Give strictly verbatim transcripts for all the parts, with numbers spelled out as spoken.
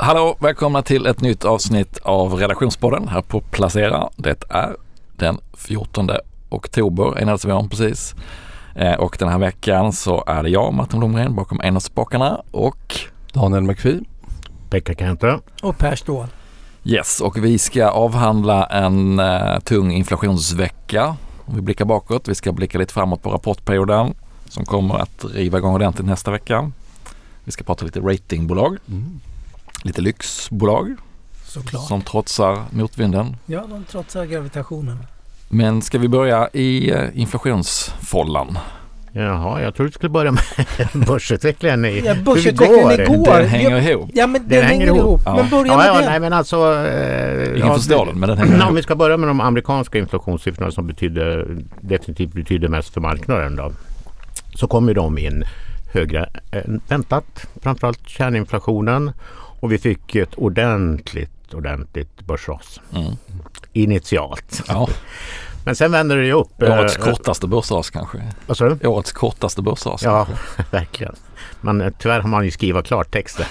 Hallå, välkomna till ett nytt avsnitt av Redaktionspodden här på Placera. Det är den fjortonde oktober, enades vi om precis. Eh, och den här veckan så är det jag, Martin Blomgren, bakom en av spakarna och Daniel McPhee, Pekka Kenta och Per Ståhl. Yes, och vi ska avhandla en eh, tung inflationsvecka. Vi blickar bakåt, vi ska blicka lite framåt på rapportperioden som kommer att riva igång ordentligt nästa vecka. Vi ska prata lite ratingbolag, mm. lite lyxbolag. Såklart. Som trotsar motvinden. Ja, de trotsar gravitationen. Men ska vi börja i eh, inflationsfållan? Jaha, jag tror du skulle börja med börsutvecklingen i ja, börsutvecklingen igår. igår. Den hänger ihop. Ja, men den, den hänger ihop. ihop. Ja. Men börja ja, med ja, den. Nej, men alltså... Eh, Ingen ja, förstår den, men den hänger ihop. Om vi ska börja med de amerikanska inflationssiffrorna som betyder, definitivt betyder mest för marknaden då. Så kommer de in högre än väntat. Framförallt kärninflationen. Och vi fick ett ordentligt, ordentligt börsras. Mm. Initialt. Ja. Men sen vänder det ju upp. Årets kortaste börsras kanske. Vad sa du? Årets kortaste börsras. Ja, verkligen. Men tyvärr har man ju skrivit klart texten.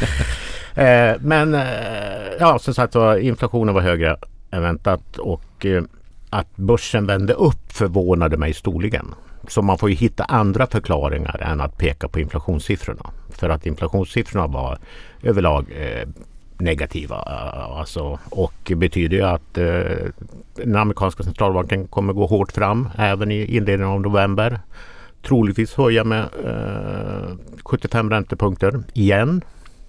eh, men eh, ja, som sagt var, inflationen var högre än väntat och eh, att börsen vände upp förvånade mig storligen. Så man får ju hitta andra förklaringar än att peka på inflationssiffrorna. För att inflationssiffrorna var överlag eh, negativa. Alltså, och betyder ju att eh, den amerikanska centralbanken kommer gå hårt fram även i inledningen av november. Troligtvis höja med eh, sjuttiofem räntepunkter igen.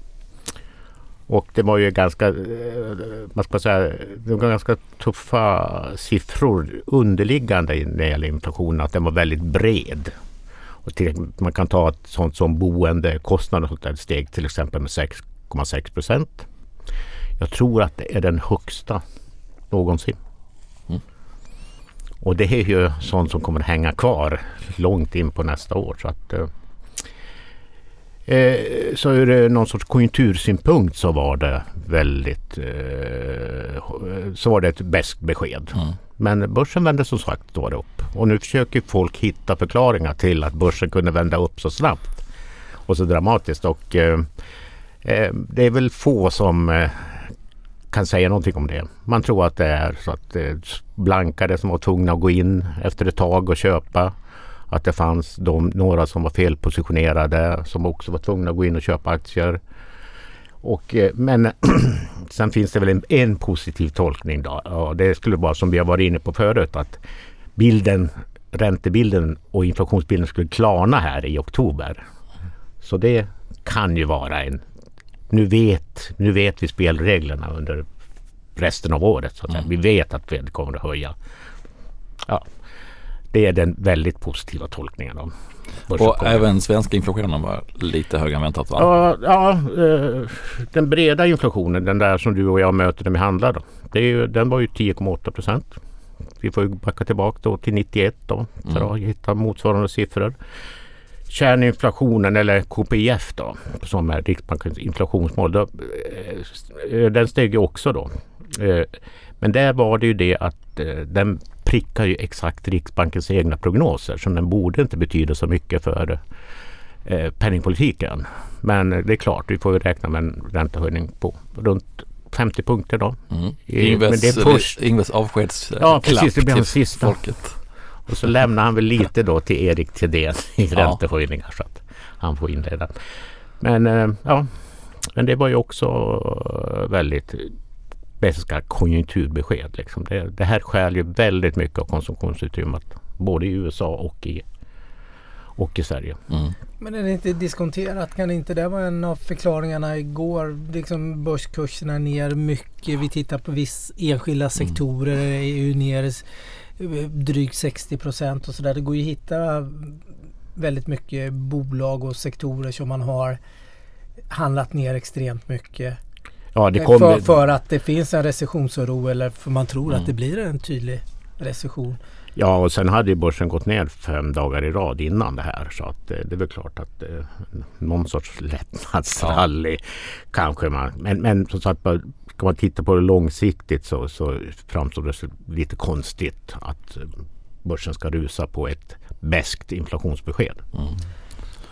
Och det var ju ganska, eh, man ska säga, det var ganska tuffa siffror underliggande när det gäller inflationen, att den var väldigt bred. Och till, man kan ta ett sånt som boendekostnader och ett steg till exempel med sex komma sex procent. Jag tror att det är den högsta någonsin. Mm. Och det är ju sånt som kommer att hänga kvar långt in på nästa år. Så att eh, så ur det någon sorts konjunktursynpunkt så var det väldigt eh, så var det ett bäst besked. Mm. Men börsen vände som sagt då upp. Och nu försöker folk hitta förklaringar till att börsen kunde vända upp så snabbt och så dramatiskt. Och eh, eh, det är väl få som eh, kan säga någonting om det. Man tror att det är så att eh, blankade som var tvungna att gå in efter ett tag och köpa. Att det fanns de, några som var felpositionerade som också var tvungna att gå in och köpa aktier. Och, eh, men sen finns det väl en, en positiv tolkning då. Ja, det skulle vara som vi har varit inne på förut, att bilden, räntebilden och inflationsbilden skulle klarna här i oktober. Så det kan ju vara en... Nu vet, nu vet vi spelreglerna under resten av året. Så att mm. Vi vet att Fed kommer att höja. Ja, det är den väldigt positiva tolkningen. Om och även svenska inflationen var lite högre än väntat, va? Ja, ja eh, den breda inflationen, den där som du och jag möter när vi handlar, då, det är ju, den var ju tio komma åtta procent. Vi får ju backa tillbaka då till nittioett då, för mm. att hitta motsvarande siffror. Kärninflationen eller K P I F då, som är Riksbankens inflationsmål, då, eh, den steg ju också då. Eh, men där var det ju det att eh, den prickar ju exakt Riksbankens egna prognoser, så den borde inte betyda så mycket för eh, penningpolitiken. Men det är klart, vi får ju räkna med en räntehöjning på runt femtio punkter då. Mm. Ingves, men det är först Ingves avskedsklapp ja, precis, det blir hans sista. Folket. Och så lämnar han väl lite då till Erik Thedéen i räntehöjningar, ja. Så att han får inleda. Men eh, ja, men det var ju också väldigt bästa konjunkturbesked. Liksom. Det, det här skär ju väldigt mycket av konsumtionsutrymmet både i U S A och i, och i Sverige. Mm. Men är det inte diskonterat? Kan inte det vara en av förklaringarna igår? Liksom börskurserna ner mycket. Vi tittar på viss enskilda sektorer mm. är ju ner drygt sextio procent och sådär. Det går ju att hitta väldigt mycket bolag och sektorer som man har handlat ner extremt mycket. Ja, det kommer... för, för att det finns en recessionsoro eller för man tror mm. att det blir en tydlig recession. Ja, och sen hade ju börsen gått ner fem dagar i rad innan det här, så att det är väl klart att eh, någon sorts lättnadsrally ja. kanske man, men, men så att ska man titta på det långsiktigt så, så framstår det lite konstigt att börsen ska rusa på ett bäst inflationsbesked. Mm.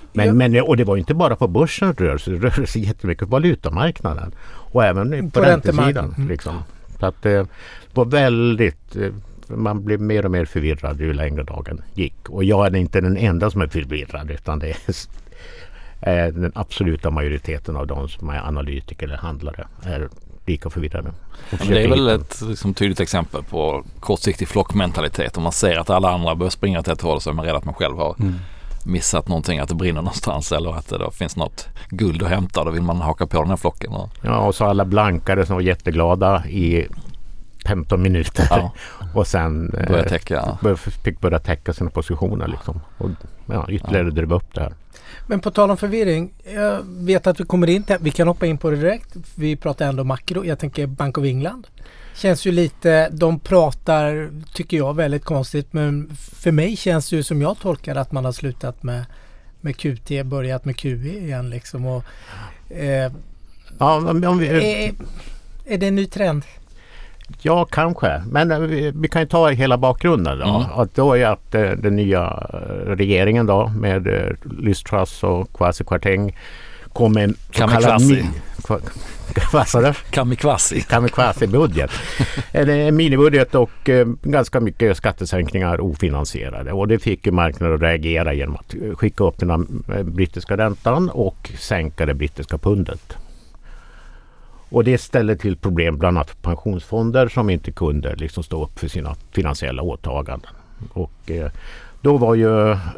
Men, ja. men, och det var inte bara på börsen rörelse, det rörde sig jättemycket på valutamarknaden och även på, på räntesidan. Mm. Liksom. Så att det var väldigt, man blev mer och mer förvirrad ju längre dagen gick. Och jag är inte den enda som är förvirrad, utan det är den absoluta majoriteten av de som är analytiker eller handlare är lika förvirrade. Det är väl ett liksom, tydligt exempel på kortsiktig flockmentalitet. Om man ser att alla andra börjar springa till ett håll så är man rädd att man själv har mm. missat någonting, att det brinner någonstans eller att det då finns något guld att hämta. Då vill man haka på den här flocken. Och... Ja, och så alla blankare som var jätteglada i femton minuter ja. och sen börja täcka. Eh, fick börja täcka sina positioner liksom. Och ja, ytterligare ja. drev upp det här. Men på tal om förvirring, jag vet att vi kommer in till, vi kan hoppa in på det direkt. Vi pratar ändå makro. Jag tänker Bank of England. Känns ju lite, de pratar, tycker jag, väldigt konstigt. Men för mig känns det ju som jag tolkar att man har slutat med, med Q T, börjat med Q E igen liksom. Och, eh, ja, om vi, är, är det en ny trend? Ja, kanske. Men vi, vi kan ju ta hela bakgrunden då. Mm. Att då är att eh, den nya regeringen då med eh, Liz Truss och Kwasi Kwarteng kom med en Kamikwazi. Vad sa du? Kamikwazi. Kamikwazi-budget. En minibudget och eh, ganska mycket skattesänkningar ofinansierade. Och det fick ju marknaden att reagera genom att skicka upp den brittiska räntan och sänka det brittiska pundet. Och det ställer till problem bland annat för pensionsfonder som inte kunde liksom stå upp för sina finansiella åtaganden. Och eh, då var ju eh,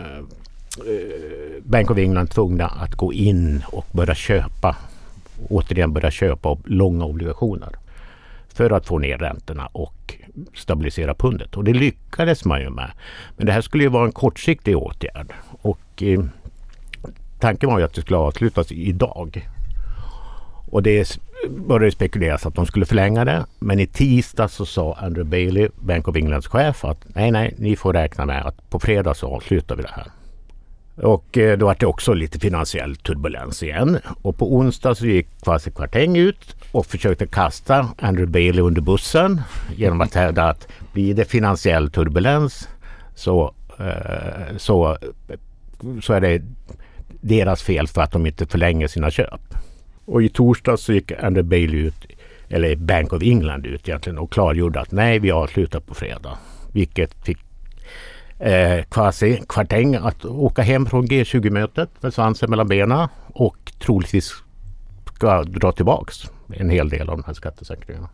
Bank of England tvungna att gå in och börja köpa, återigen börja köpa långa obligationer för att få ner räntorna och stabilisera pundet. Och det lyckades man ju med. Men det här skulle ju vara en kortsiktig åtgärd. Och eh, tanken var ju att det skulle avslutas idag. Och det började spekuleras att de skulle förlänga det. Men i tisdag så sa Andrew Bailey, Bank of Englands chef, att nej, nej, ni får räkna med att på fredag så avslutar vi det här. Och eh, då var det också lite finansiell turbulens igen. Och på onsdag så gick Kwasi Kwarteng ut och försökte kasta Andrew Bailey under bussen genom att hävda att blir det finansiell turbulens så, eh, så, så är det deras fel för att de inte förlänger sina köp. Och i torsdag så gick Andrew Bailey ut, eller Bank of England ut egentligen, och klargjorde att nej, vi avslutar på fredag. Vilket fick eh, Kwasi Kwarteng att åka hem från G tjugo-mötet med svansen mellan benen och troligtvis ska dra tillbaks en hel del av de här skattesänkningarna.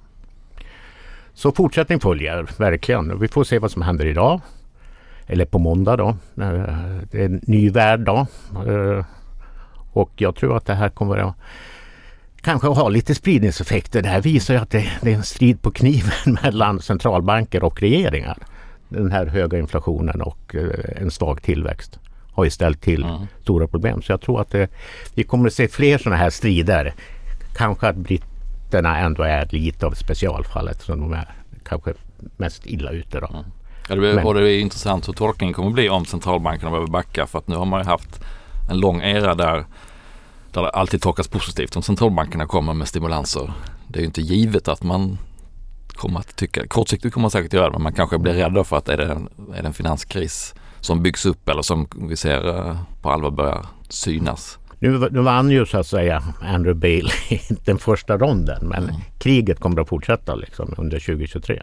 Så fortsättning följer verkligen. Vi får se vad som händer idag. Eller på måndag då. Det är en ny värld då. Och jag tror att det här kommer att kanske ha lite spridningseffekter. Det här visar ju att det, det är en strid på kniven mellan centralbanker och regeringar. Den här höga inflationen och eh, en svag tillväxt har ju ställt till mm. stora problem. Så jag tror att det, vi kommer att se fler sådana här strider. Kanske att britterna ändå är lite av specialfallet som de är kanske mest illa ute då. Mm. Ja, det, blir, och det är intressant hur tolkningen kommer att bli om centralbankerna behöver backa, för att nu har man ju haft en lång era där, där det alltid tolkas positivt om centralbankerna kommer med stimulanser. Det är ju inte givet att man kommer att tycka, kortsiktigt kommer man säkert göra det, men man kanske blir rädd för att är det, en, är det en finanskris som byggs upp eller som vi ser på allvar börjar synas. Nu, nu vann ju så att säga Andrew Bailey den första ronden, men mm. kriget kommer att fortsätta liksom under tjugo tjugotre.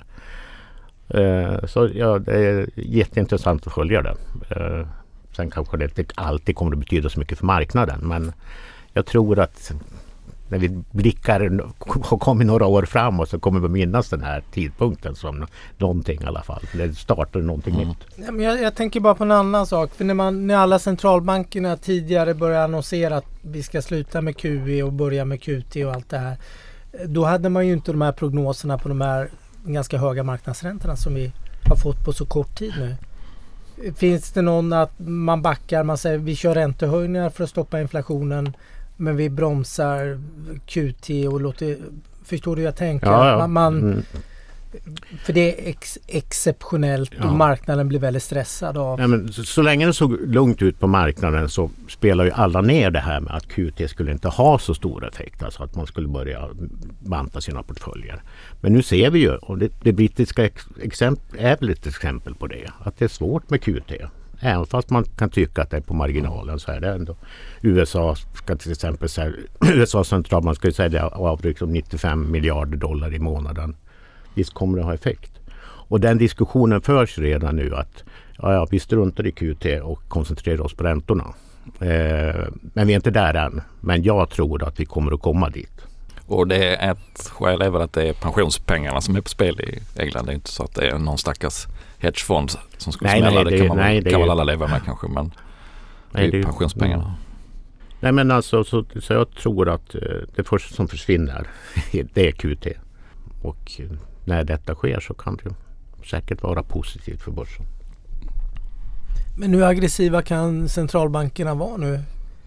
Uh, så ja, det är jätteintressant att följa det. Uh, sen kanske det inte alltid kommer att betyda så mycket för marknaden, men jag tror att när vi blickar och kommer några år framåt så kommer vi minnas den här tidpunkten som någonting i alla fall. Det startar någonting mm. nytt. Ja, men jag, jag tänker bara på en annan sak. För när, man, när alla centralbankerna tidigare började annonsera att vi ska sluta med Q E och börja med Q T och allt det här. Då hade man ju inte de här prognoserna på de här ganska höga marknadsräntorna som vi har fått på så kort tid nu. Finns det någon att man backar, man säger vi kör räntehöjningar för att stoppa inflationen, men vi bromsar Q T och låter, förstår du jag tänker? Ja, ja. Man, man, mm. För det är ex, exceptionellt ja. Och marknaden blir väldigt stressad av. Ja, men så, så länge det såg lugnt ut på marknaden så spelar ju alla ner det här med att Q T skulle inte ha så stor effekt, alltså att man skulle börja banta sina portföljer. Men nu ser vi ju, och det, det brittiska ex, exempel är väl ett exempel på det, att det är svårt med Q T. Även fast man kan tycka att det är på marginalen så är det ändå. U S A ska till exempel säga, U S A centralbank ska sälja av liksom nittiofem miljarder dollar i månaden. Visst kommer det ha effekt. Och den diskussionen förs redan nu att ja, ja, vi struntar i Q T och koncentrerar oss på räntorna. Eh, men vi är inte där än. Men jag tror att vi kommer att komma dit. Och det är ett skäl är väl att det är pensionspengarna som är på spel i England. Det är inte så att det är någon stackars hedgefond som ska nej, smälla. Nej, det kan, man, nej, kan det väl är, alla leva med kanske, men det nej, är det, pensionspengarna. Mm. Nej men alltså så, så jag tror att det första som försvinner det är Q T. Och när detta sker så kan det säkert vara positivt för börsen. Men hur aggressiva kan centralbankerna vara nu?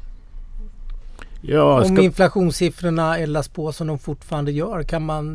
Ja, Om ska... inflationssiffrorna eldas på som de fortfarande gör, kan man...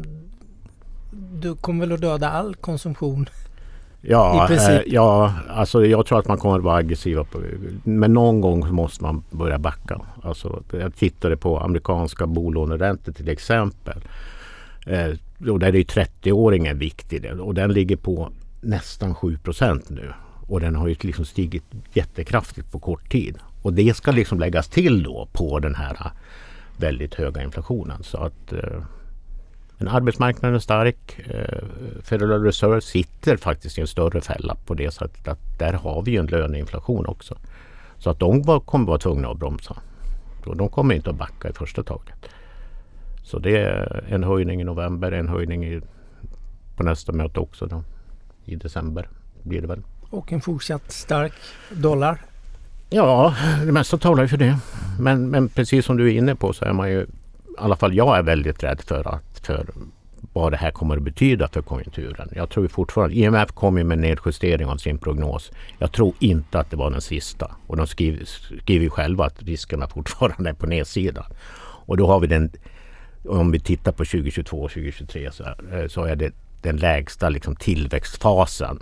Du kommer väl att döda all konsumtion? Ja, eh, ja alltså jag tror att man kommer att vara aggressiva på, men någon gång måste man börja backa. Alltså, jag tittade på amerikanska bolåneräntor till exempel. Eh, och där är ju trettio-åringen viktig och den ligger på nästan sju procent nu. Och den har ju liksom stigit jättekraftigt på kort tid. Och det ska liksom läggas till då på den här väldigt höga inflationen. Så att eh, en arbetsmarknad är stark. Eh, Federal Reserve sitter faktiskt i en större fälla på det sättet att där har vi ju en löneinflation också. Så att de var, kommer vara tvungna att bromsa. Så de kommer inte att backa i första taget. Så det är en höjning i november, en höjning i, på nästa möte också då, i december blir det väl. Och en fortsatt stark dollar. Ja, det mesta talar ju för det. Men, men precis som du är inne på så är man ju, i alla fall jag är väldigt rädd för, att, för vad det här kommer att betyda för konjunkturen. Jag tror fortfarande, I M F kommer med en nedjustering av sin prognos. Jag tror inte att det var den sista. Och de skriver, skriver ju själva att riskerna fortfarande är på nedsidan. Och då har vi den, om vi tittar på tjugohundratjugotvå och tjugohundratjugotre så, så är det den lägsta liksom, tillväxtfasen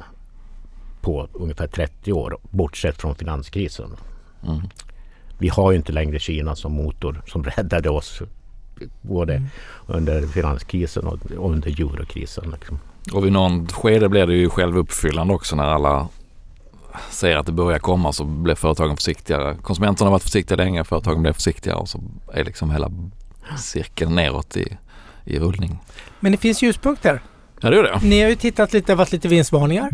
på ungefär trettio år, bortsett från finanskrisen. Mm. Vi har ju inte längre Kina som motor som räddade oss både mm. under finanskrisen och under eurokrisen. Liksom. Och vid någon skede blir det ju självuppfyllande också när alla ser att det börjar komma, så blir företagen försiktigare. Konsumenterna har varit försiktiga länge, företagen blir försiktigare och så är liksom hela cirkeln neråt i, i rullning. Men det finns ljuspunkter. Ja, det är det. Ni har ju tittat lite, varit lite vinstvarningar.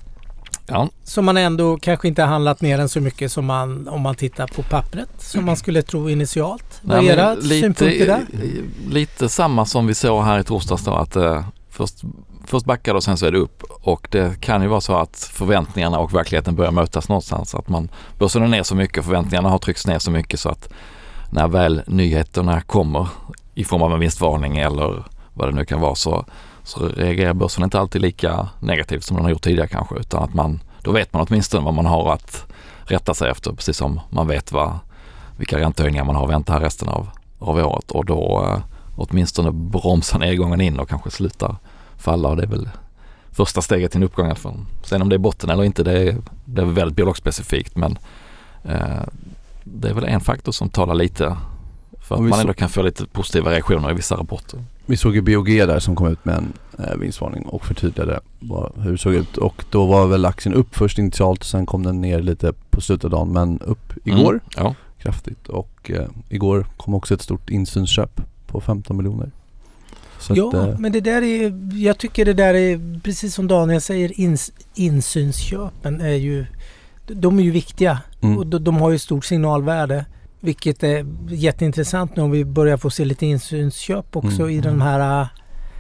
Ja. Som man ändå kanske inte har handlat ner än så mycket som man, om man tittar på pappret, som man skulle tro initialt. Vad är era synpunkter där? Lite samma som vi såg här i torsdags då, att eh, först, först backar och sen så är det upp. Och det kan ju vara så att förväntningarna och verkligheten börjar mötas någonstans. Att man börsen ner så mycket, förväntningarna har tryckts ner så mycket så att när väl nyheterna kommer i form av en vinstvarning eller vad det nu kan vara, så så reagerar börsen inte alltid lika negativt som den har gjort tidigare kanske, utan att man, då vet man åtminstone vad man har att rätta sig efter, precis som man vet vad, vilka räntehöjningar man har väntat här resten av, av året, och då eh, åtminstone bromsar nedgången in och kanske slutar falla, och det är väl första steget till en uppgång. Sen om det är botten eller inte, det är, det är väldigt biologspecifikt, men eh, det är väl en faktor som talar lite för att man ändå kan få lite positiva reaktioner i vissa rapporter. Vi såg ju B O G där som kom ut med en eh, vinstvarning och förtydligade vad, hur det såg ut. Och då var väl aktien upp först initialt och sen kom den ner lite på slutet av dagen, men upp igår mm, ja. kraftigt. Och eh, igår kom också ett stort insynsköp på femton miljoner. Så ja, att, eh, men det där är, jag tycker det där är, precis som Daniel säger, ins, insynsköpen är ju, de är ju viktiga mm. och de, de har ju stort signalvärde. Vilket är jätteintressant nu om vi börjar få se lite insynsköp också mm. i den här uh,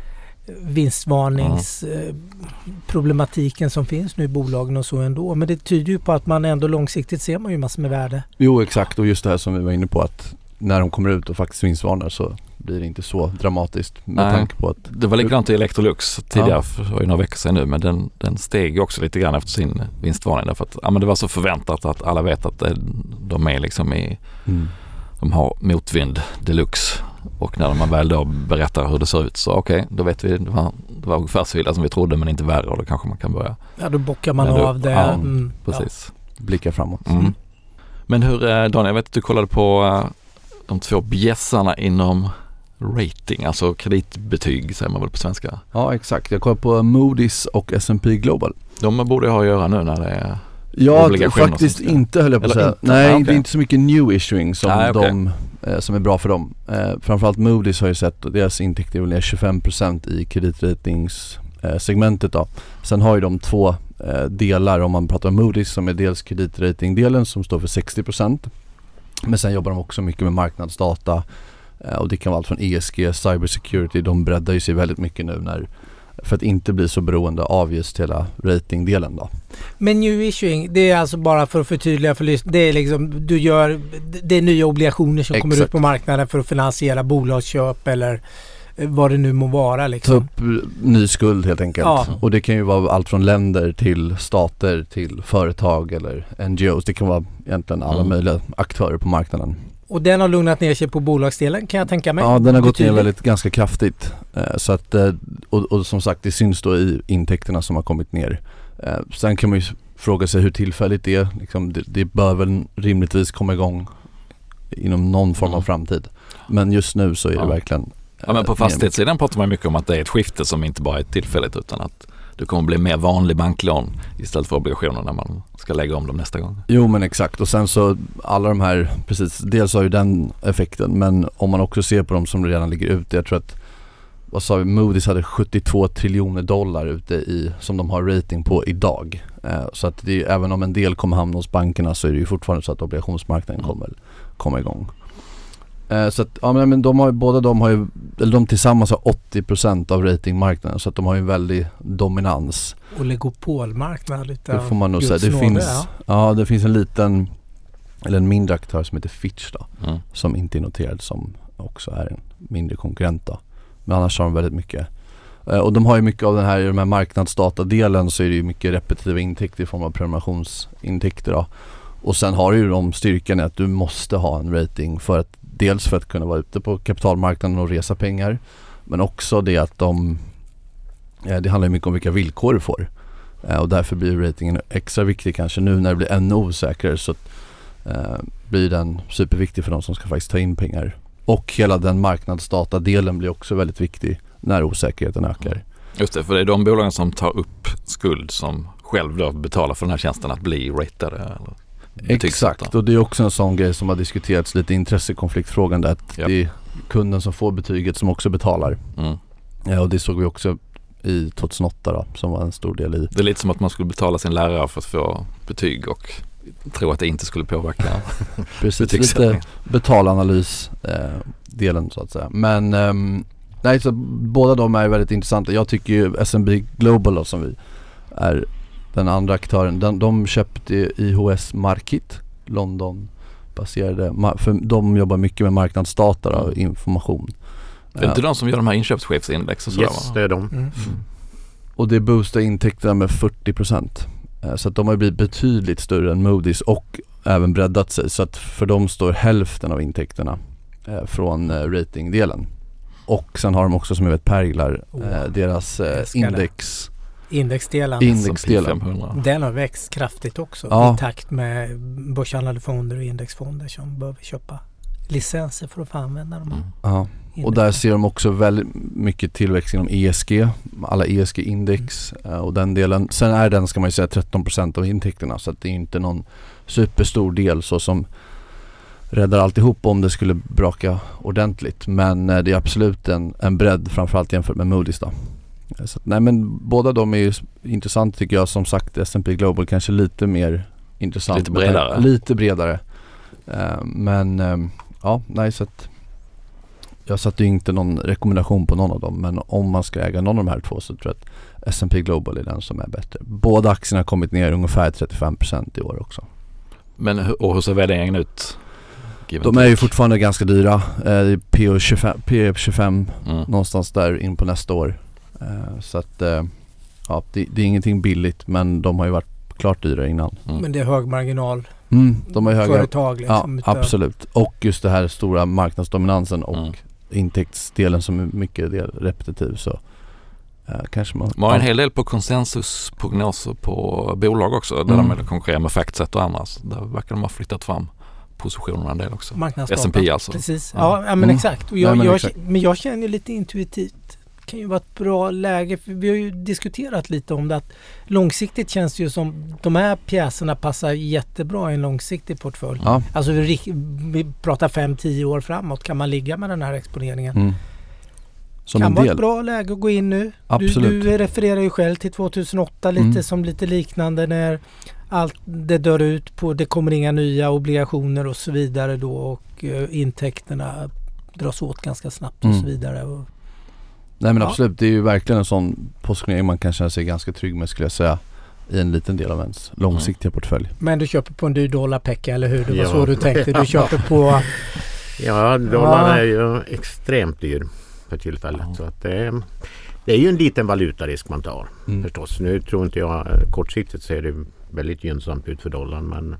vinstvarningsproblematiken uh, som finns nu i bolagen och så ändå. Men det tyder ju på att man ändå långsiktigt ser man ju massor med värde. Jo, exakt. Och just det här som vi var inne på, att när de kommer ut och faktiskt vinstvarnar så blir det inte så dramatiskt med Nej, tanke på att... Det var likadant i Electrolux tidigare, ja. för några veckor sedan nu, men den, den steg också lite grann efter sin vinstvarning därför att ja, men det var så förväntat att alla vet att det, de är liksom i mm. de har motvind deluxe, och när man väl då berättar hur det ser ut så okej, okay, då vet vi det var, det var ungefär så illa som vi trodde, men inte värre, och då kanske man kan börja. Ja, då bockar man då, av det. Ja, mm, precis. Ja. Blicka framåt. Mm. Men hur, Daniel, jag vet att du kollade på de två bjässarna inom rating, alltså kreditbetyg säger man väl på svenska. Ja, exakt. Jag kollar på Moody's och S and P Global. De borde ha att göra nu när det är Ja, obligationer faktiskt som ska... inte höll jag på att säga. Inte? Nej, Ah, okay. det är inte så mycket new issuing som, ah, okay. de, eh, som är bra för dem. Eh, framförallt Moody's har ju sett, och deras intäkter är väl ner tjugofem procent i kreditratingssegmentet. Eh, Sen har ju de två eh, delar om man pratar om Moody's, som är dels kreditratingdelen som står för sextio procent. Men sen jobbar de också mycket med marknadsdata eh, och det kan vara allt från E S G, cybersecurity. De breddar ju sig väldigt mycket nu när, för att inte bli så beroende av just hela ratingdelen då. Men new issuing, det är alltså bara för att förtydliga för lyssnarna. Det är liksom, du gör, det är nya obligationer som Exakt. kommer ut på marknaden för att finansiera bolagsköp eller vad det nu må vara liksom. Ta upp ny skuld helt enkelt. Ja. Och det kan ju vara allt från länder till stater till företag eller N G Os. Det kan vara egentligen alla Mm. möjliga aktörer på marknaden. Och den har lugnat ner sig på bolagsdelen kan jag tänka mig. Ja, den har gått ner Betydligt. väldigt ganska kraftigt. Eh, så att, eh, och, och som sagt, det syns då i intäkterna som har kommit ner. Eh, sen kan man ju fråga sig hur tillfälligt det är. Liksom, det, det bör väl rimligtvis komma igång inom någon form av Mm. framtid. Men just nu så är det Ja. verkligen... Ja, men på eh, fastighetssidan pratar man mycket om att det är ett skifte som inte bara är tillfälligt utan att du kommer bli mer vanlig banklån istället för obligationer när man ska lägga om dem nästa gång. Jo men exakt, och sen så alla de här, precis, dels har ju den effekten, men om man också ser på de som redan ligger ute, jag tror att, vad sa vi, Moody's hade sjuttiotvå triljoner dollar ute i, som de har rating på idag. Eh, så att det är, även om en del kommer hamna hos bankerna så är det ju fortfarande så att obligationsmarknaden Mm. kommer komma igång. Eh, så att, ja men de har ju, båda de har ju, eller de tillsammans har åttio procent av ratingmarknaden, så att de har ju en väldig dominans. Oligopolmarknad utav Det får man nog säga. Guds Det nåde, finns, ja. ja, det finns en liten, eller en mindre aktör som heter Fitch då, Mm. som inte är noterad, som också är en mindre konkurrent då. Men annars har de väldigt mycket. Eh, och de har ju mycket av den här, i de här marknadsdatadelen så är det ju mycket repetitiva intäkter i form av prenumerationsintäkter då. Och sen har ju de styrkan i att du måste ha en rating för att, dels för att kunna vara ute på kapitalmarknaden och resa pengar, men också det att de, eh, det handlar ju mycket om vilka villkor du får. Eh, och därför blir ratingen extra viktig kanske nu när det blir ännu osäkrare, så att, eh, blir den superviktig för de som ska faktiskt ta in pengar. Och hela den marknadsdatadelen blir också väldigt viktig när osäkerheten ökar. Just det, för det är de bolagen som tar upp skuld som själv då betalar för den här tjänsten att bli ratade. Eller Exakt, och det är också en sån grej som har diskuterats lite i intressekonfliktfrågan där, att Yep. det är kunden som får betyget som också betalar. Mm. Ja, och det såg vi också i tjugohundraåtta då, som var en stor del i. Det är lite som att man skulle betala sin lärare för att få betyg och tro att det inte skulle påverka. Precis, lite betalanalys eh, delen så att säga. Men ehm, nej, så båda de är väldigt intressanta. Jag tycker ju S and P Global då, som vi är den andra aktören, de, de köpte I H S Markit, London baserade, för de jobbar mycket med marknadsdata och Mm. information. Det är inte de som gör de här inköpschefsindex och sådär, Yes, va? det är de. Mm. Mm. Och det boostar intäkterna med fyrtio procent. Eh, Så att de har blivit betydligt större än Moody's och även breddat sig. Så att för dem står hälften av intäkterna eh, från eh, ratingdelen. Och sen har de också, som jag vet, Perglar, Oh, eh, deras eh, älskar det. index. Indexdelen. Indexdelen. S and P femhundra. Den har växt kraftigt också Ja. i takt med börshandlade fonder och indexfonder som behöver köpa licenser för att få använda de här Mm. Ja. Och där ser de också väldigt mycket tillväxt inom E S G, alla E S G-index eh, och den delen. Sen är den, ska man ju säga, tretton procent av intäkterna, så att det är inte någon superstor del så som räddar alltihop om det skulle braka ordentligt. Men eh, det är absolut en, en bredd, framförallt jämfört med Moody's då. Eh, Så att, nej, men båda de är ju intressant tycker jag. Som sagt, S and P Global kanske lite mer intressant. Lite bredare. Lite bredare. Eh, men eh, ja, nej, så att jag satte ju inte någon rekommendation på någon av dem, men om man ska äga någon av de här två så tror jag att S and P Global är den som är bättre. Båda aktierna har kommit ner ungefär trettiofem procent i år också. Men hu- och hur ser värderingen ut? Given De är ju take? fortfarande ganska dyra. Eh, P E tjugofem, P E tjugofem Mm. någonstans där in på nästa år. Eh, så att eh, ja, det, det är ingenting billigt, men de har ju varit klart dyrare innan. Mm. Men det är hög marginal Mm, de har ju höga. företag liksom, Ja, utav- absolut. Och just det här stora marknadsdominansen och Mm. intäktsdelen som är mycket del repetitiv, så eh, kanske man... Man har en hel del på konsensusprognoser på bolag också, där Mm. de konkurrerar med FactSet och andra. Så där verkar de ha flyttat fram positionerna en del också. Marknadsdata. S and P alltså. Precis. Ja. Ja, ja men Mm. exakt. Och jag, Nej, men jag, exakt. Men jag känner lite intuitivt kan ju vara ett bra läge. För vi har ju diskuterat lite om det att långsiktigt känns det ju som de här pjäserna passar jättebra i en långsiktig portfölj. Ja. Alltså vi, vi pratar fem till tio år framåt. Kan man ligga med den här exponeringen? Mm. Som kan en vara del. ett bra läge att gå in nu. Absolut. Du, du refererar ju själv till tjugohundraåtta lite Mm. som lite liknande när allt det dör ut på, det kommer inga nya obligationer och så vidare då och uh, intäkterna dras åt ganska snabbt och Mm. så vidare. Och, Nej men ja. absolut, det är ju verkligen en sån positionering man kan känna sig ganska trygg med skulle jag säga i en liten del av ens långsiktiga portfölj. Men du köper på en dyr dollar Pekka, eller hur? Det var Ja. så du tänkte. Du köper på... Ja, dollarn Ja. är ju extremt dyr för tillfället. Så att det, är, det är ju en liten valutarisk man tar Mm. förstås. Nu tror inte jag, kortsiktigt ser det väldigt gynnsamt ut för dollarn, men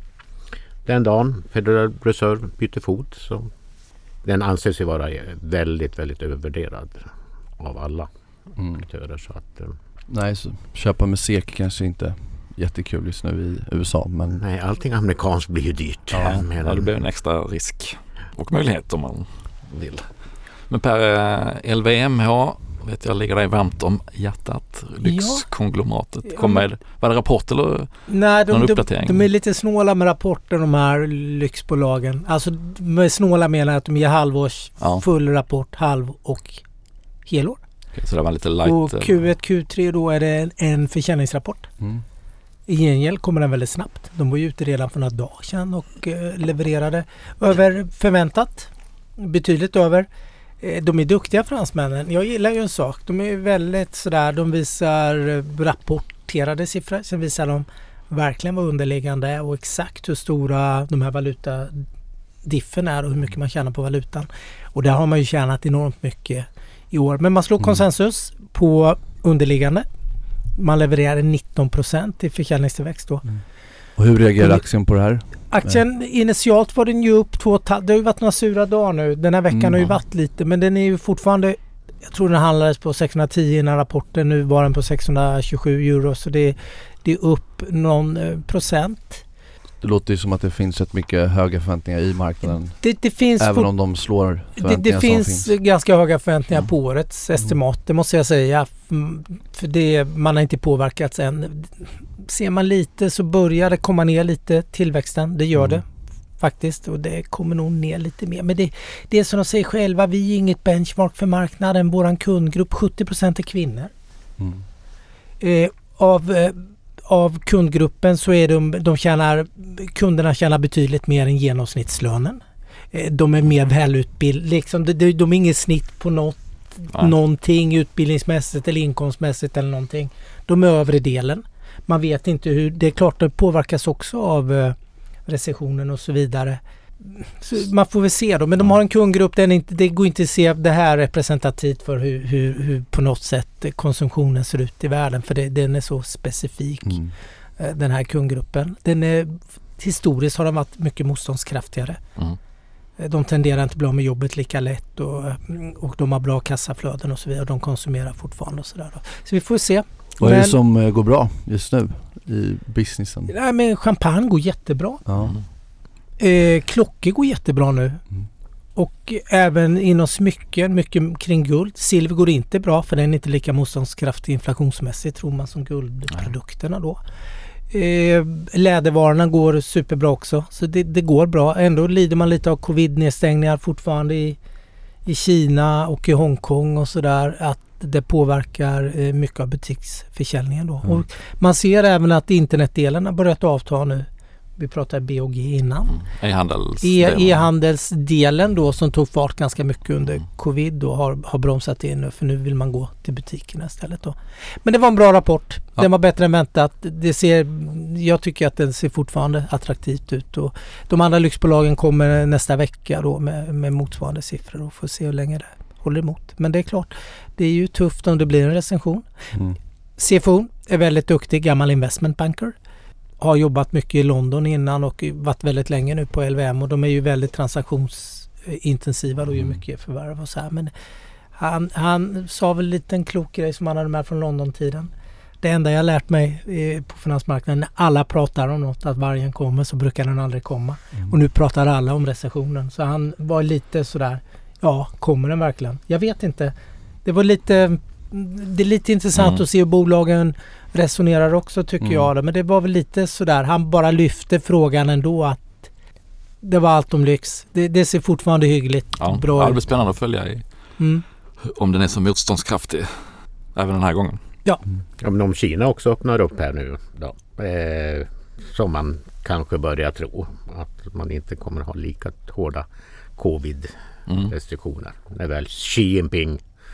den dagen Federal Reserve byter fot så den anses ju vara väldigt, väldigt övervärderad av alla Mm. aktörer. Så att, eh, Nej, så köpa med S E K kanske inte jättekul just nu i U S A, men nej, allting amerikanskt blir ju dyrt. Ja, Med ja, det blir en extra risk och möjlighet om man vill. Men per eh, L V M H vet jag ligger dig varmt om hjärtat. Lyxkonglomeratet. Ja. Kom med, var det rapport eller Nej, någon de, de, uppdatering? de är lite snåla med rapporter, de här lyxbolagen. Alltså med snåla menar jag att de ger halvårs Ja. full rapport, halv och helår. Okej, så det var lite light. Och eh, Q ett, Q tre då är det en, en försäljningsrapport. mm. I gengäld kommer den väldigt snabbt. De var ju ute redan för några dagar sedan och eh, levererade över förväntat. Betydligt över. Eh, de är duktiga fransmännen. Jag gillar ju en sak. De är väldigt sådär, de visar eh, rapporterade siffror. Sen visar de verkligen vad underliggande är och exakt hur stora de här valutadiffen är och hur mycket man tjänar på valutan. Och där har man ju tjänat enormt mycket i år. Men man slår Mm. konsensus på underliggande. Man levererar nitton procent i försäljningstillväxt då. Och hur reagerar aktien på det här? Aktien initialt var den ju upp två och ett halvt. Det har ju varit några sura dagar nu. Den här veckan Mm. har ju varit lite, men den är ju fortfarande, jag tror den handlades på sexhundratio innan rapporten. Nu var den på sexhundratjugosju euro, så det, det är upp någon eh, procent. Det låter ju som att det finns rätt mycket höga förväntningar i marknaden. Det, det finns Även fort- om de slår det, förväntningar det som finns, finns. ganska höga förväntningar Mm. på årets estimat, det måste jag säga. Mm, För det, man har inte påverkats än. Ser man lite så börjar det komma ner lite tillväxten. Det gör Mm. det faktiskt, och det kommer nog ner lite mer. Men det, det är som de säger själva, vi är inget benchmark för marknaden. Våran kundgrupp, sjuttio procent är kvinnor. Mm. Eh, av, eh, av kundgruppen så är de, de tjänar, kunderna tjänar betydligt mer än genomsnittslönen. Eh, de är mer välutbildade. Liksom, de, de, de är inget snitt på något, Nej. någonting utbildningsmässigt eller inkomstmässigt eller någonting. De är övre delen. Man vet inte hur, det är klart det påverkas också av eh, recessionen och så vidare. Så man får väl se då, men de har en kundgrupp, den är inte, det går inte att se det här representativt för hur, hur, hur på något sätt konsumtionen ser ut i världen, för det, den är så specifik, Mm. eh, den här kundgruppen. Den är, historiskt har de varit mycket motståndskraftigare. Mm. Eh, De tenderar inte att bli av med jobbet lika lätt och, och de har bra kassaflöden och så vidare. De konsumerar fortfarande och sådär. Så vi får se. Vad är det Men- som eh, går bra just nu i businessen? Nej, men champagne går jättebra. Ja. Mm. Eh, klockor går jättebra nu. Mm. Och även inom smycken, mycket kring guld. Silver går inte bra för den är inte lika motståndskraftig inflationsmässigt, tror man, som guldprodukterna då. Eh, lädervarorna går superbra också. Så det, det går bra. Ändå lider man lite av covid-nedstängningar fortfarande i, i Kina och i Hongkong och sådär. Att det påverkar eh, mycket av butiksförsäljningen då. Mm. Och man ser även att internetdelen har börjat avta nu. Vi pratade B och G innan. E-handels. E- E-handelsdelen då som tog fart ganska mycket under covid då har, har bromsat in nu, för nu vill man gå till butikerna istället då. Men det var en bra rapport. Ja. Den var bättre än väntat. Det ser, jag tycker att den ser fortfarande attraktivt ut, och de andra lyxbolagen kommer nästa vecka då med, med motsvarande siffror och får se hur länge det håller emot. Men det är klart, det är ju tufft om det blir en recension. Mm. C F O är väldigt duktig, gammal investment banker. Har jobbat mycket i London innan och varit väldigt länge nu på L V M, och de är ju väldigt transaktionsintensiva och gör Mm. mycket förvärv och så här. Men han, han sa väl en liten klok grej som han hade med från London-tiden. Det enda jag lärt mig eh, på finansmarknaden, när alla pratar om något, att vargen kommer, så brukar den aldrig komma. Mm. Och nu pratar alla om recessionen. Så han var lite sådär, ja, kommer den verkligen? Jag vet inte. det var lite det är lite intressant mm. att se hur bolagen resonerar också tycker mm. jag. Men det var väl lite sådär, han bara lyfte frågan ändå att det var allt om lyx. Det, det ser fortfarande hyggligt ja, bra ut. Det blir spännande att följa i, mm. om den är så motståndskraftig även den här gången. Ja. Ja, men om Kina också öppnar upp här nu då, eh, som man kanske börjar tro att man inte kommer ha lika hårda covid-restriktioner mm. när väl Xi Jinping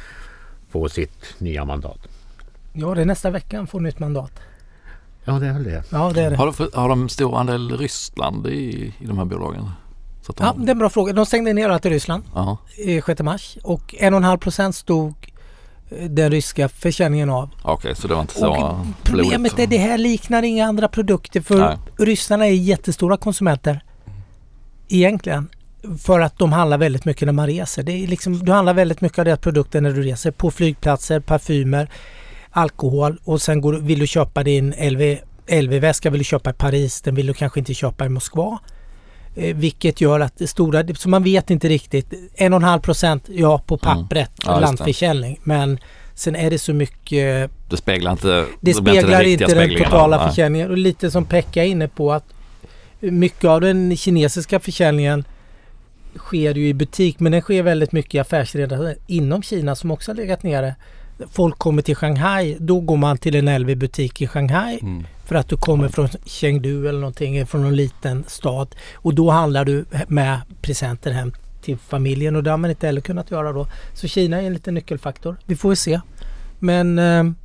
får sitt nya mandat. Ja, det är nästa vecka han får nytt mandat. Ja, det är väl det. Ja, det är det. Har, de, har de stor andel Ryssland i, i de här bolagen? Så att de... Ja, det är en bra fråga. De stängde ner allt i Ryssland uh-huh. i sjätte mars och en och en halv procent stod den ryska försäljningen av. Okej, okay, så det var inte så och problemet blodigt. Är det här liknar inga andra produkter för Nej. Ryssarna är jättestora konsumenter egentligen för att de handlar väldigt mycket när man reser. Det är liksom, du handlar väldigt mycket av deras produkter när du reser på flygplatser, parfymer, alkohol och sen går, vill du köpa din L V, L V-väska vill du köpa i Paris, den vill du kanske inte köpa i Moskva. Eh, vilket gör att det stora, så man vet inte riktigt, en och en halv procent ja på pappret mm. ja, landförsäljning, men sen är det så mycket det speglar inte det speglar inte, inte den totala av, försäljningen och lite som Pekka är inne på att mycket av den kinesiska försäljningen sker ju i butik men den sker väldigt mycket i affärsredor inom Kina som också har legat nere. Folk kommer till Shanghai, då går man till en L V-butik i Shanghai mm. för att du kommer från Chengdu eller någonting, från någon liten stad och då handlar du med presenter hem till familjen och det har man inte heller kunnat göra då. Så Kina är en liten nyckelfaktor. Vi får ju se. Men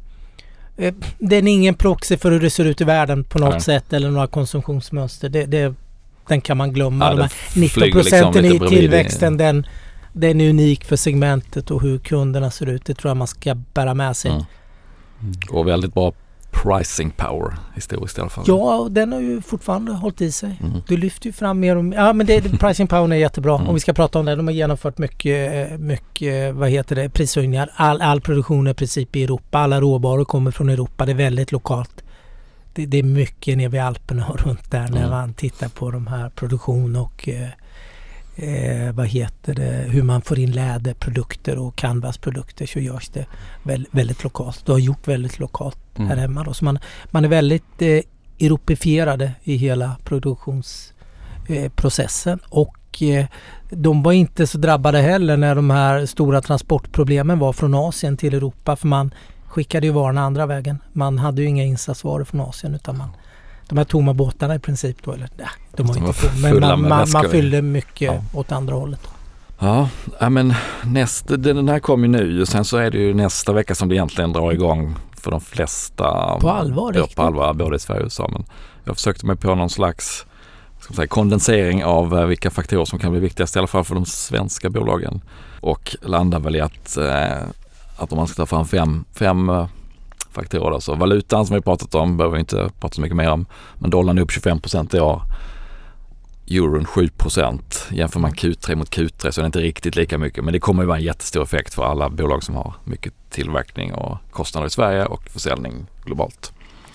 eh, den är ingen proxy för hur det ser ut i världen på något Nej. sätt eller några konsumtionsmönster. Det, det, den kan man glömma. Ja, de här nitton procenten liksom i tillväxten, den Den är unik för segmentet och hur kunderna ser ut. Det tror jag man ska bära med sig. Mm. Mm. Och väldigt bra pricing power historiskt i alla fall. Ja, den har ju fortfarande hållit i sig. Mm. Du lyfter ju fram mer och mer. Ja, men det, pricing power är jättebra. Mm. Om vi ska prata om det. De har genomfört mycket, mycket vad heter det, prishöjningar. All, all produktion är i princip i Europa. Alla råvaror kommer från Europa. Det är väldigt lokalt. Det, det är mycket nere vid Alperna och runt där mm. när man tittar på de här produktion och eh, Eh, vad heter det, hur man får in läderprodukter och canvasprodukter så görs det väl, väldigt lokalt. Det har gjort väldigt lokalt mm. här hemma då. Så man, man är väldigt eh, europefierade i hela produktionsprocessen eh, och eh, de var inte så drabbade heller när de här stora transportproblemen var från Asien till Europa för man skickade ju varorna andra vägen. Man hade ju inga insatsvaror från Asien utan man de här tomma båtarna i princip då, eller nej, de har inte full, men man, man, man fyllde mycket ja. åt andra hållet. Ja, men nästa, den här kommer ju nu och sen så är det ju nästa vecka som det egentligen drar igång för de flesta. På allvar? Ja, på allvar, både i Sverige och U S A. Men jag försökte mig på någon slags ska man säga, kondensering av vilka faktorer som kan bli viktigast i alla fall för de svenska bolagen och landar väl i att, att om man ska ta fram fem, fem faktorer. Så valutan som vi pratat om behöver vi inte prata så mycket mer om. Men dollarn är upp tjugofem procent i år. Euron sju procent. Jämför man Q tre mot Q tre så är det inte riktigt lika mycket. Men det kommer ju vara en jättestor effekt för alla bolag som har mycket tillverkning och kostnader i Sverige och försäljning globalt.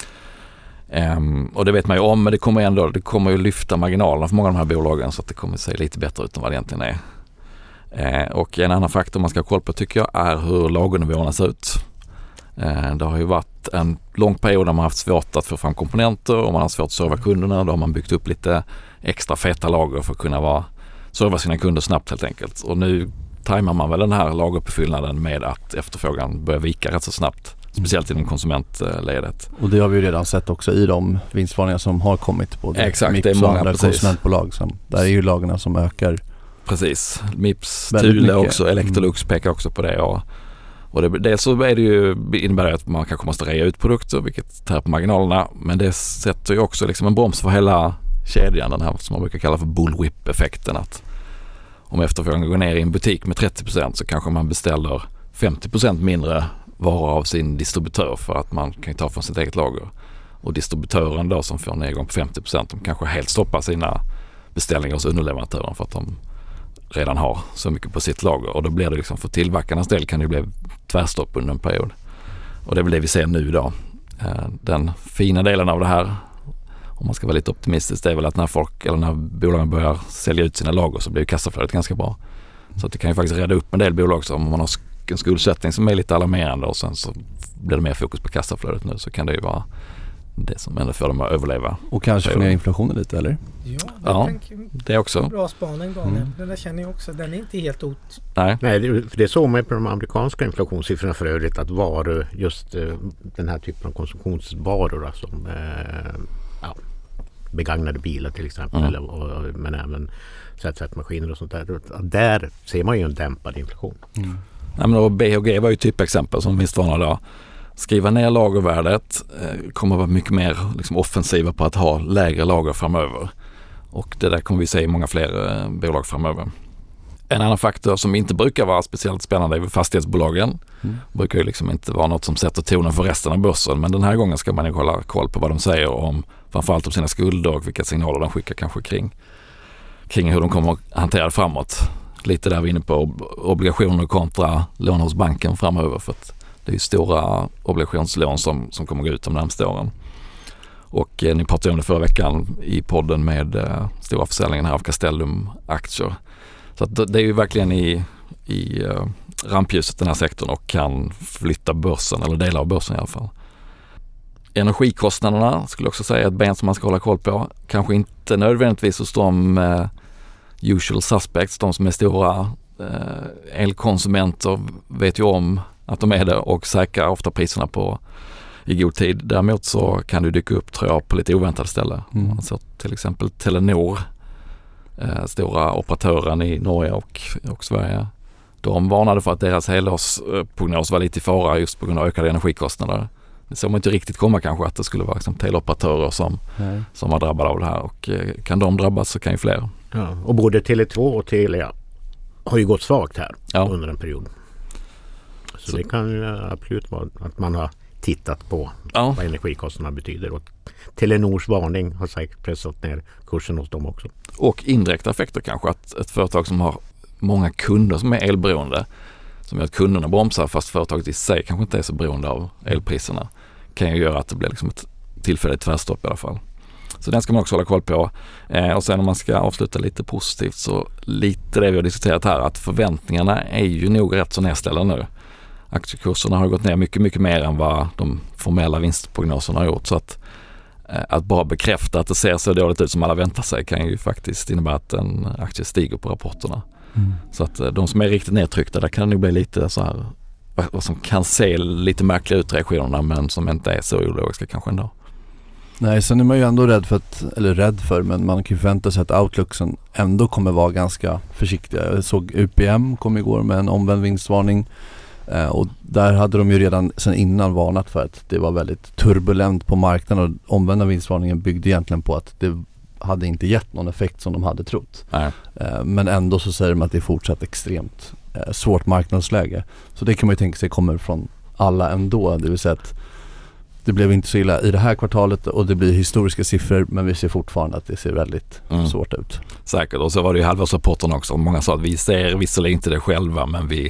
Um, och det vet man ju om, men det kommer ändå det kommer ju lyfta marginalerna för många av de här bolagen så att det kommer se lite bättre ut än vad det egentligen är. Uh, och en annan faktor man ska ha koll på tycker jag är hur lagernivåerna ser ut. Det har ju varit en lång period där man haft svårt att få fram komponenter och man har svårt att serva kunderna. Då har man byggt upp lite extra feta lager för att kunna vara, serva sina kunder snabbt helt enkelt. Och nu tajmar man väl den här lageruppfyllnaden med att efterfrågan börjar vika rätt så snabbt. Speciellt inom konsumentledet. Och det har vi ju redan sett också i de vinstvarningar som har kommit på Exakt, Mips det är många, och andra precis. konsumentbolag. Som, där är ju lagerna som ökar. Precis, Mips, Thule också, Electrolux mm. pekar också på det och Och det, det så är det ju, innebär det att man kanske måste rea ut produkter vilket tär på marginalerna men det sätter ju också liksom en broms för hela kedjan, den här som man brukar kalla för bullwhip-effekten att om efterfrågan går ner i en butik med trettio procent så kanske man beställer femtio procent mindre varor av sin distributör för att man kan ta från sitt eget lager och distributören då som får en nedgång på femtio procent de kanske helt stoppar sina beställningar hos underleverantören för att de redan har så mycket på sitt lager och då blir det liksom för tillverkarnas del kan det bli tvärstopp under en period och det är väl det vi ser nu då. Den fina delen av det här om man ska vara lite optimistisk det är väl att när folk eller när bolagen börjar sälja ut sina lager så blir ju kassaflödet ganska bra så att det kan ju faktiskt rädda upp en del bolag som om man har och en skuldsättning som är lite alarmerande och sen så blir det mer fokus på kassaflödet nu, så kan det ju vara det som ändå får dem att överleva. Och kanske få ner inflationen lite, eller? Ja, det, Ja, tänker, det också. Bra spaning, Daniel. Mm. Den där känner jag också. Den är inte helt ot... Nej. Nej, det, för det såg man på de amerikanska inflationssiffrorna för övrigt, att varor, just uh, den här typen av konsumtionsvaror som uh, ja, begagnade bilar till exempel, Mm. eller, och, men även sättsättmaskiner och sånt där. Där ser man ju en dämpad inflation. Mm. Nej, men då B H G var ju typexempel som visst var då. Skriva ner lagervärdet, eh, kommer vara mycket mer liksom, offensiva på att ha lägre lager framöver. Och det där kommer vi se i många fler eh, bolag framöver. En annan faktor som inte brukar vara speciellt spännande är fastighetsbolagen. Mm. Brukar ju liksom inte vara något som sätter tonen för resten av börsen. Men den här gången ska man ju hålla koll på vad de säger om, framförallt om sina skulder och vilka signaler de skickar kanske kring, kring hur de kommer att hantera det framåt. Lite där vi är inne på obligationer kontra lån hos banken framöver, för att det är ju stora obligationslån som, som kommer att gå ut de närmaste åren. Och eh, ni pratade om det förra veckan i podden med eh, stora försäljningen här av Castellum-aktier. Så att det är ju verkligen i, i eh, rampljuset den här sektorn och kan flytta börsen, eller delar av börsen i alla fall. Energikostnaderna skulle jag också säga ett ben som man ska hålla koll på. Kanske inte nödvändigtvis hos de eh, usual suspects, de som är stora eh, elkonsumenter vet ju om att de är det och säkrar ofta priserna på i god tid. Däremot så kan det dyka upp, tror jag, på lite oväntade ställen. Mm. Alltså till exempel Telenor, eh, stora operatören i Norge och, och Sverige. De varnade för att deras helårsprognos var lite i fara just på grund av ökade energikostnader. Det såg man inte riktigt komma kanske, att det skulle vara liksom teleoperatörer som, som var drabbade av det här. Och eh, kan de drabbas så kan ju fler. Ja, och både Tele två och Telia har ju gått svagt här Ja. under en period. Så, Så det kan ju absolut vara att man har tittat på Ja. vad energikostnaderna betyder. Och Telenors varning har säkert pressat ner kursen hos dem också. Och indirekta effekter kanske, att ett företag som har många kunder som är elberoende, som gör att kunderna bromsar fast företaget i sig kanske inte är så beroende av elpriserna, kan ju göra att det blir liksom ett tillfälligt tvärstopp i alla fall. Så den ska man också hålla koll på. Eh, och sen om man ska avsluta lite positivt, så lite det vi har diskuterat här, att förväntningarna är ju nog rätt så nedställda nu. Aktiekurserna har gått ner mycket, mycket mer än vad de formella vinstprognoserna har gjort. Så att, eh, att bara bekräfta att det ser så dåligt ut som alla väntar sig kan ju faktiskt innebära att en aktie stiger på rapporterna. Mm. Så att eh, de som är riktigt nedtryckta, där kan det nog bli lite så här, vad, vad som kan se lite märkliga ut reaktionerna, men som inte är så ologiska kanske ändå. Nej, sen är man ju ändå rädd för att, eller rädd för, men man kan ju förvänta sig att outlooksen ändå kommer vara ganska försiktiga. Jag såg U P M kom igår med en omvänd vinstvarning eh, och där hade de ju redan sedan innan varnat för att det var väldigt turbulent på marknaden, och omvända vinstvarningen byggde egentligen på att det hade inte gett någon effekt som de hade trott. Nej. Eh, men ändå så säger de att det är fortsatt extremt eh, svårt marknadsläge. Så det kan man ju tänka sig kommer från alla ändå, det vill säga att det blev inte så illa i det här kvartalet och det blir historiska siffror, men vi ser fortfarande att det ser väldigt Mm. svårt ut. Säkert, och så var det ju halvårsrapporten också. Många sa att vi ser visserligen inte det själva, men vi,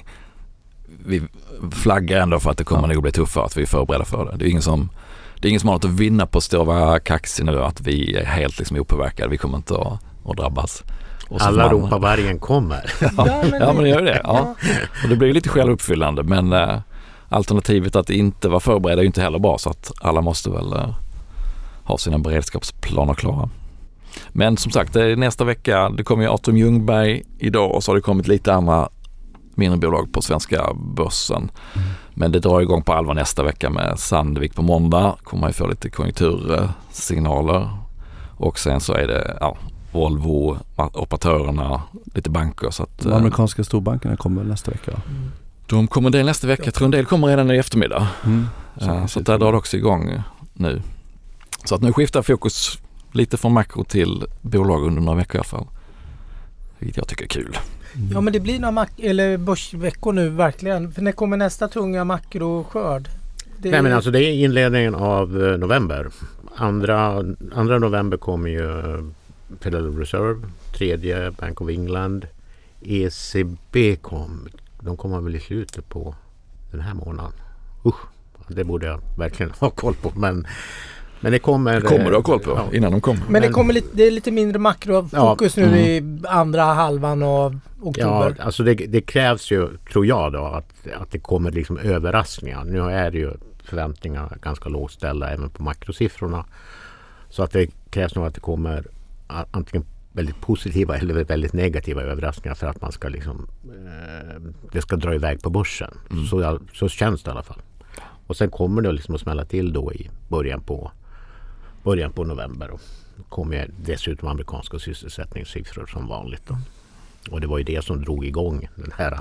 vi flaggar ändå för att det kommer Ja. nog bli tuffare, att vi är förberedda för det. Det är ingen som, det är ingen som har något att vinna på att stå och vara kaxig nu, att vi är helt liksom opåverkade. Vi kommer inte att, att drabbas. Och så Alla man- ropar vargen kommer. Ja, ja, men det gör ju det. Ja. Ja. Och det blir ju lite självuppfyllande, men eh, alternativet att inte vara förberedda är ju inte heller bra, så att alla måste väl eh, ha sina beredskapsplaner klara. Men som sagt, det är nästa vecka, det kommer ju Atrium Ljungberg idag, och så har det kommit lite andra mindre bolag på svenska börsen. Mm. Men det drar igång på allvar nästa vecka med Sandvik på måndag. Kommer man ju få lite konjunktursignaler. Och sen så är det ja, Volvo, operatörerna, lite banker. Så att, De amerikanska storbankerna kommer väl nästa vecka? Va? Mm. de kommer en del nästa vecka. Jag tror en del kommer redan i eftermiddag. Mm. Så, så där drar det också igång nu. Så att nu skiftar fokus lite från makro till bolag under några veckor i alla fall. Vilket jag tycker är kul. Mm. Ja, men det blir några mak- eller börsveckor nu verkligen. För när kommer nästa tunga makroskörd? Det Nej, men alltså det är inledningen av eh, november. Andra, andra november kommer ju eh, Federal Reserve, tredje Bank of England, E C B kom. De kommer väl i slutet på den här månaden. Usch, det borde jag verkligen ha koll på. Men, Men det kommer... Det kommer du ha koll på ja. innan de kommer. Men det, kommer lite, det är lite mindre makrofokus Ja, nu mm. i andra halvan av oktober. Ja, alltså det, det krävs ju, tror jag då, att, att det kommer liksom överraskningar. Nu är det ju förväntningar ganska lågställda även på makrosiffrorna. Så att det krävs nog att det kommer antingen väldigt positiva eller väldigt negativa överraskningar för att man ska liksom, eh, det ska dra iväg på börsen. Mm. Så, så känns det i alla fall. Och sen kommer det liksom att smälla till då i början på, början på november. Och kommer dessutom amerikanska sysselsättningssiffror som vanligt då. Och det var ju det som drog igång den här,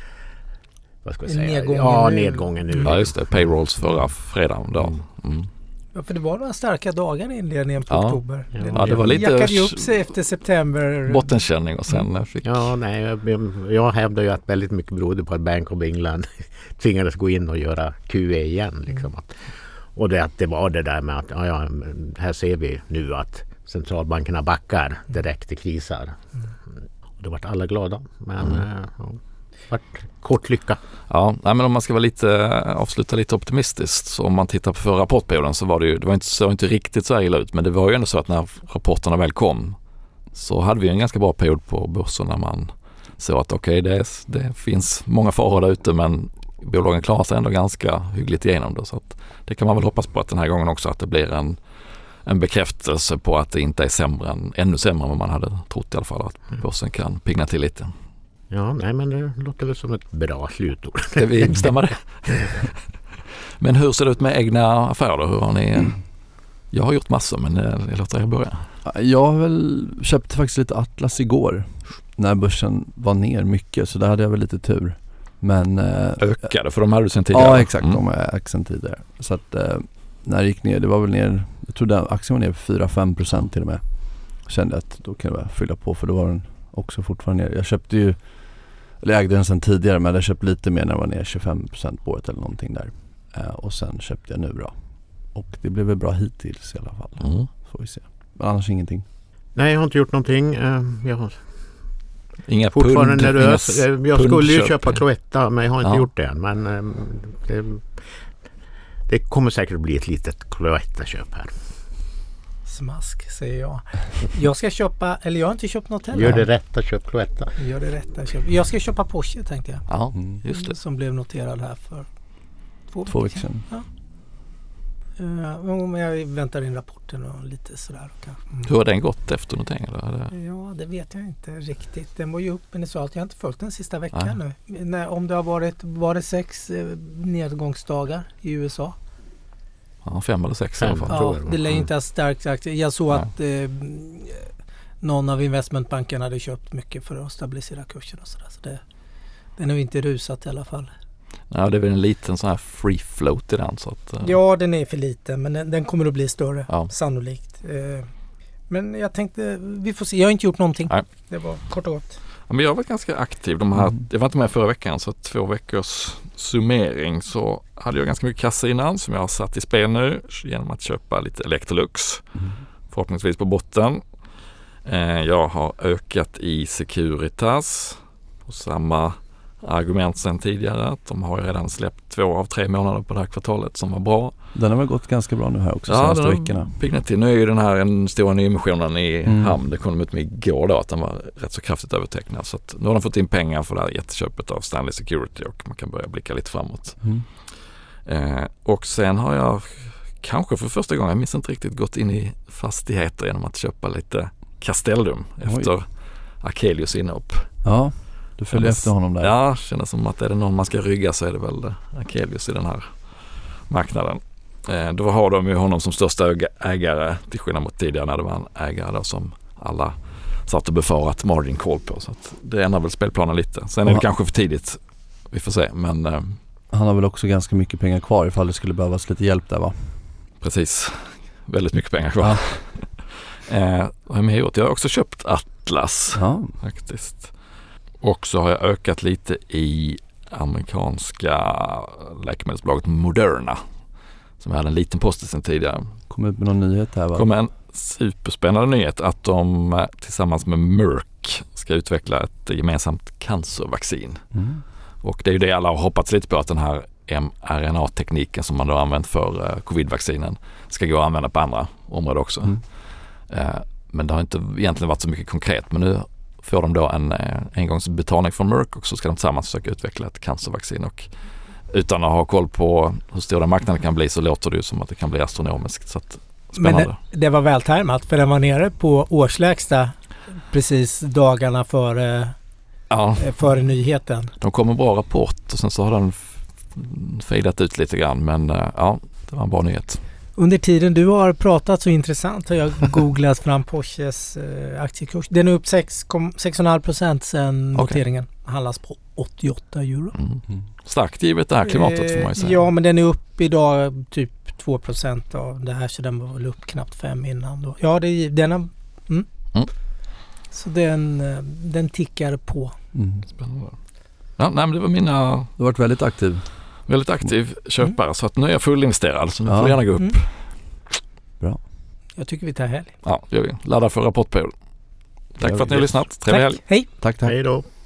vad ska jag säga? Nedgången ja, nu. nedgången nu. Ja, just det. Payrolls förra fredagen då. Mm. Ja, för det var några starka dagar i inledningen på Ja. oktober. Ja, Den ja, det var lite jackade ju upp sig efter september. Bottenkänning och sen fick... Ja, nej, jag, jag hävdar ju att väldigt mycket berodde på att Bank of England tvingades gå in och göra Q E igen. Liksom. Att, och det, att det var det där med att ja, ja, här ser vi nu att centralbankerna backar direkt i krisar. Mm. Och då vart alla glada. Men mm. äh, ja, vart kort lycka. Ja, nej, men om man ska vara lite, avsluta lite optimistiskt, så om man tittar på förra rapportperioden så var det ju, det var inte, så inte riktigt så här illa ut, men det var ju ändå så att när rapporterna väl kom så hade vi en ganska bra period på börsen när man såg att okej, okay, det, det finns många faror där ute, men bolagen klarar sig ändå ganska hyggligt igenom det, så att det kan man väl hoppas på att den här gången också, att det blir en, en bekräftelse på att det inte är sämre än, ännu sämre än vad man hade trott i alla fall, att börsen kan pigna till lite. Ja, nej, men det låter väl som ett bra slutord. Ska vi bestämma det? Men hur ser det ut med egna affärer då? Hur har ni... Jag har gjort massor, men jag låter er börja. Jag har väl köpt faktiskt lite Atlas igår när börsen var ner mycket, så där hade jag väl lite tur. Men... Ökade, för de hade du sen tidigare. Ja, exakt. Mm. De har jag ägt sen tidigare. Så att när det gick ner, det var väl ner, jag tror den aktien var ner fyra till fem procent till och med. Jag kände att då kan jag fylla på, för då var den också fortfarande ner. Jag köpte ju, eller jag ägde den sen tidigare, men jag köpte lite mer när det var ner tjugofem procent på året eller någonting där. Eh, och sen köpte jag nu då. Och det blev väl bra hittills i alla fall. Mm. Får vi se. Men annars ingenting. Nej, jag har inte gjort någonting. Jag har inga fortfarande pund, nervös. Inga jag skulle ju köp. köpa Cloetta, men jag har inte ja. gjort det än. Men det, det kommer säkert att bli ett litet Cloetta-köp här. Smask, säger jag. Jag ska köpa, eller jag har inte köpt något heller. Gör det rätta, köp Cloetta. Gör det rätta, köp. Jag ska köpa Porsche, tänkte jag. Ja, just det. Som blev noterad här för två, två veckor sedan. Ja. Uh, men jag väntar in rapporten och lite sådär. Mm. Hur har den gått efter noteringen? Eller? Ja, det vet jag inte riktigt. Den var ju upp initialt. Jag har inte följt den sista veckan Nej. nu. När, om det har varit, var det sex eh, nedgångsdagar i U S A. Ja, fem eller sex fem, i alla fall. Ja, tror jag. det lär inte ha stärkt aktier. Jag såg Nej. att eh, någon av investmentbankerna hade köpt mycket för att stabilisera kursen och sådär. Så det, den har ju inte rusat i alla fall. Ja, det är väl en liten sån här free float i den. Så att, uh... Ja, den är för liten, men den, den kommer att bli större, ja. sannolikt. Eh, men jag tänkte, vi får se. Jag har inte gjort någonting. Nej. Det var kort och gott. Ja, men jag har varit ganska aktiv. De här, Mm. Jag var inte med förra veckan, så två veckors summering så hade jag ganska mycket kassa innan som jag har satt i spel nu genom att köpa lite Electrolux. Mm. Förhoppningsvis på botten. Eh, jag har ökat i Securitas på samma argument sen tidigare. Att de har ju redan släppt två av tre månader på det här kvartalet som var bra. Den har väl gått ganska bra nu här också, ja, senaste den veckorna. Pignat till. Nu är ju den här en stora nyemissionen i Mm. hamn. Det kom de ut med igår då, att den var rätt så kraftigt övertecknad. Så att nu har de fått in pengar för det här jätteköpet av Stanley Security och man kan börja blicka lite framåt. Mm. Eh, och sen har jag kanske för första gången, jag minns inte riktigt, gått in i fastigheter genom att köpa lite Castellum efter Oj. Akelius inhopp. Ja, du följer Kändes, efter honom där. Ja, känns som att är det någon man ska rygga så är det väl Akelius i den här marknaden. Eh, då har de ju honom som största ägare, till skillnad mot tidigare när det var en ägare då som alla satt och befarat margin call på. Så att det ändrar väl spelplanen lite. Sen är det Ja. kanske för tidigt, vi får se. Men eh, Han har väl också ganska mycket pengar kvar ifall det skulle behövas lite hjälp där, va? precis, väldigt mycket pengar kvar. Ja. eh, vad har jag mer gjort? Jag har också köpt Atlas Ja. faktiskt. Och så har jag ökat lite i amerikanska läkemedelsbolaget Moderna. Som jag hade en liten post sen tidigare. Kom ut med någon nyhet här, va? Det kommer en superspännande nyhet att de tillsammans med Merck ska utveckla ett gemensamt cancervaccin. Mm. Och det är ju det alla har hoppats lite på, att den här mRNA-tekniken som man då använt för eh, covid-vaccinen ska gå att använda på andra områden också. Mm. Eh, men det har inte egentligen varit så mycket konkret. Men nu får de då en eh, engångsbetalning från Merck och så ska de tillsammans försöka utveckla ett cancervaccin. Och utan att ha koll på hur stor den marknaden kan bli så låter det ju som att det kan bli astronomiskt. Så att, spännande. Men det, det var vältajmat för den var nere på årslägsta precis dagarna före, ja. före nyheten. De kom en bra rapport och sen så har den fejdat ut lite grann, men ja, det var en bra nyhet. Under tiden du har pratat så intressant har jag googlat fram Porsches eh, aktiekurs. Den är upp sex komma fem procent sedan okay. noteringen handlas på åttioåtta euro. Mm. Mm. Starkt givet det här klimatet eh, får man ju säga. Ja, men den är upp idag typ två procent av det här så den var väl upp knappt fem innan då. Ja, det, den har... Mm. Mm. Så den, den tickar på. Mm. Spännande. Ja, nej, men det var mina... Du har varit väldigt aktiv. Väldigt aktiv köpare mm. så att nu är jag fullinvesterad så nu ja. får gärna gå upp. Mm. Bra. Jag tycker vi tar helg. Ja, det gör vi. Ladda för rapportperiod. Tack för att ni har lyssat. Trevlig helg. Hej. Tack, tack. Hej då.